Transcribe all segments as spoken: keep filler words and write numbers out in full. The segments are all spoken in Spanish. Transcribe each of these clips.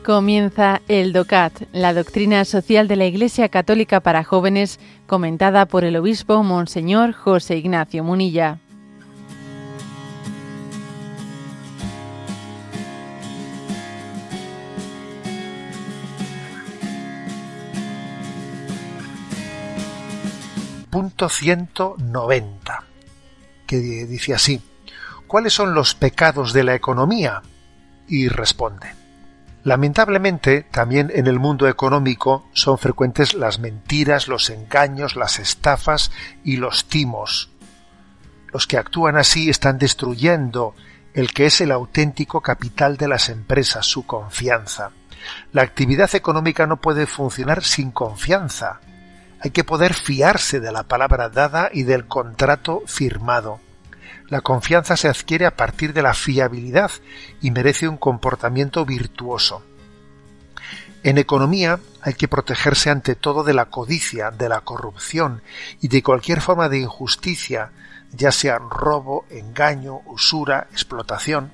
Comienza el DOCAT, la doctrina social de la Iglesia Católica para jóvenes, comentada por el obispo Monseñor José Ignacio Munilla. Punto ciento noventa, que dice así: ¿cuáles son los pecados de la economía? Y responde: lamentablemente, también en el mundo económico son frecuentes las mentiras, los engaños, las estafas y los timos. Los que actúan así están destruyendo el que es el auténtico capital de las empresas, su confianza. La actividad económica no puede funcionar sin confianza. Hay que poder fiarse de la palabra dada y del contrato firmado. La confianza se adquiere a partir de la fiabilidad y merece un comportamiento virtuoso. En economía hay que protegerse ante todo de la codicia, de la corrupción y de cualquier forma de injusticia, ya sea robo, engaño, usura, explotación.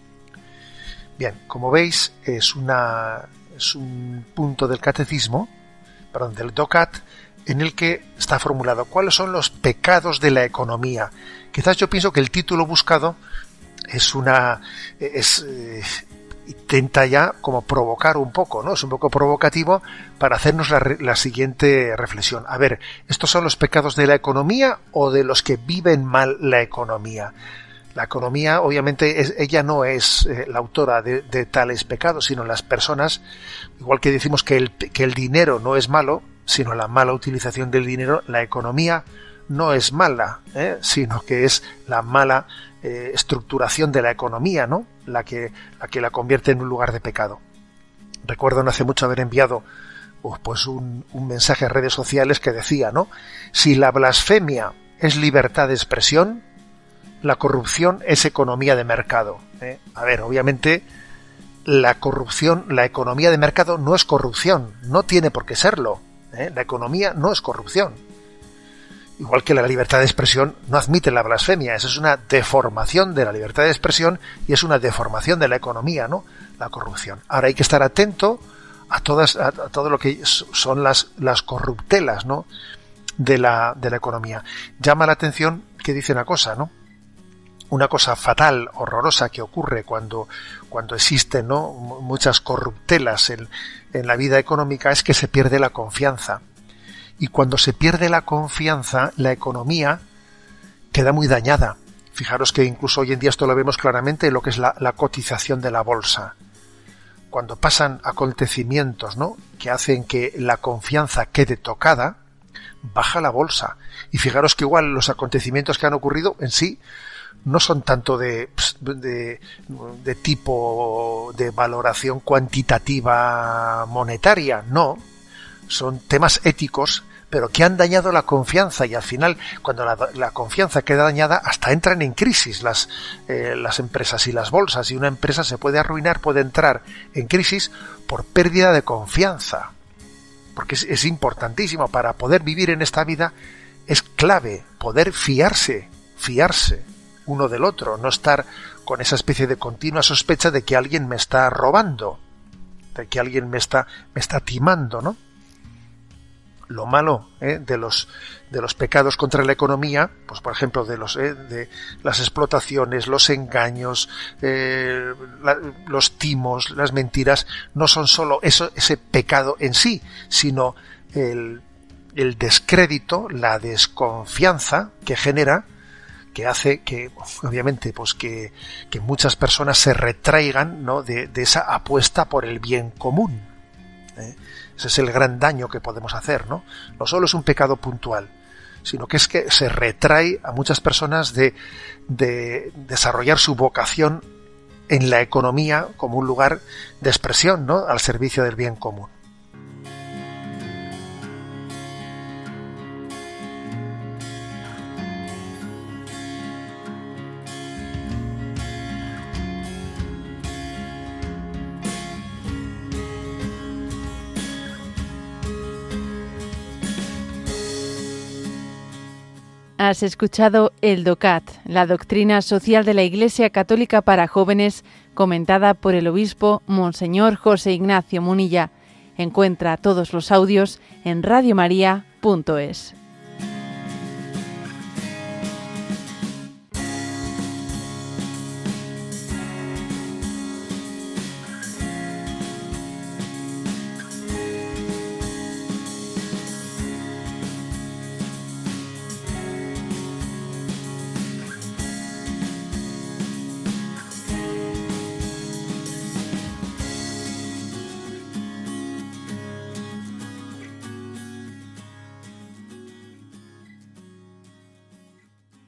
Bien, como veis, es, una, es un punto del catecismo, perdón, del DOCAT, en el que está formulado cuáles son los pecados de la economía. Quizás yo pienso que el título buscado es una es eh, intenta ya como provocar un poco, ¿no? Es un poco provocativo para hacernos la, la siguiente reflexión. A ver, ¿estos son los pecados de la economía o de los que viven mal la economía? La economía, obviamente, es, ella no es eh, la autora de, de tales pecados, sino las personas, igual que decimos que el, que el dinero no es malo, sino la mala utilización del dinero, la economía no es mala, ¿eh? sino que es la mala eh, estructuración de la economía, ¿no? La que, la que la convierte en un lugar de pecado. Recuerdo no hace mucho haber enviado uh, pues un, un mensaje a redes sociales que decía, ¿no? Si la blasfemia es libertad de expresión, la corrupción es economía de mercado. ¿eh? A ver, obviamente la corrupción, la economía de mercado no es corrupción, no tiene por qué serlo. ¿eh? La economía no es corrupción. Igual que la libertad de expresión no admite la blasfemia, eso es una deformación de la libertad de expresión y es una deformación de la economía, ¿no? La corrupción. Ahora hay que estar atento a todas, a, a todo lo que son las, las corruptelas, ¿no? De la, de la economía. Llama la atención que dice una cosa, ¿no? Una cosa fatal, horrorosa que ocurre cuando, cuando existen, ¿no? muchas corruptelas en, en la vida económica es que se pierde la confianza. Y cuando se pierde la confianza, la economía queda muy dañada. Fijaros que incluso hoy en día esto lo vemos claramente en lo que es la, la cotización de la bolsa. Cuando pasan acontecimientos, ¿no? que hacen que la confianza quede tocada, baja la bolsa. Y fijaros que igual los acontecimientos que han ocurrido en sí no son tanto de, de, de tipo de valoración cuantitativa monetaria, no. Son temas éticos, pero que han dañado la confianza y al final, cuando la, la confianza queda dañada, hasta entran en crisis las, eh, las empresas y las bolsas, y una empresa se puede arruinar, puede entrar en crisis por pérdida de confianza. Porque es, es importantísimo para poder vivir en esta vida, es clave poder fiarse, fiarse uno del otro, no estar con esa especie de continua sospecha de que alguien me está robando, de que alguien me está, me está timando, ¿no? Lo malo ¿eh? de los de los pecados contra la economía, pues por ejemplo de los ¿eh? de las explotaciones, los engaños, eh, la, los timos, las mentiras, no son solo eso, ese pecado en sí, sino el, el descrédito, la desconfianza que genera, que hace que, obviamente, pues que, que muchas personas se retraigan, ¿no? de, de esa apuesta por el bien común. ¿eh? Ese es el gran daño que podemos hacer, ¿no? No solo es un pecado puntual, sino que es que se retrae a muchas personas de, de desarrollar su vocación en la economía como un lugar de expresión, ¿no? Al servicio del bien común. Has escuchado el DOCAT, la doctrina social de la Iglesia Católica para jóvenes, comentada por el obispo Monseñor José Ignacio Munilla. Encuentra todos los audios en radiomaria punto es.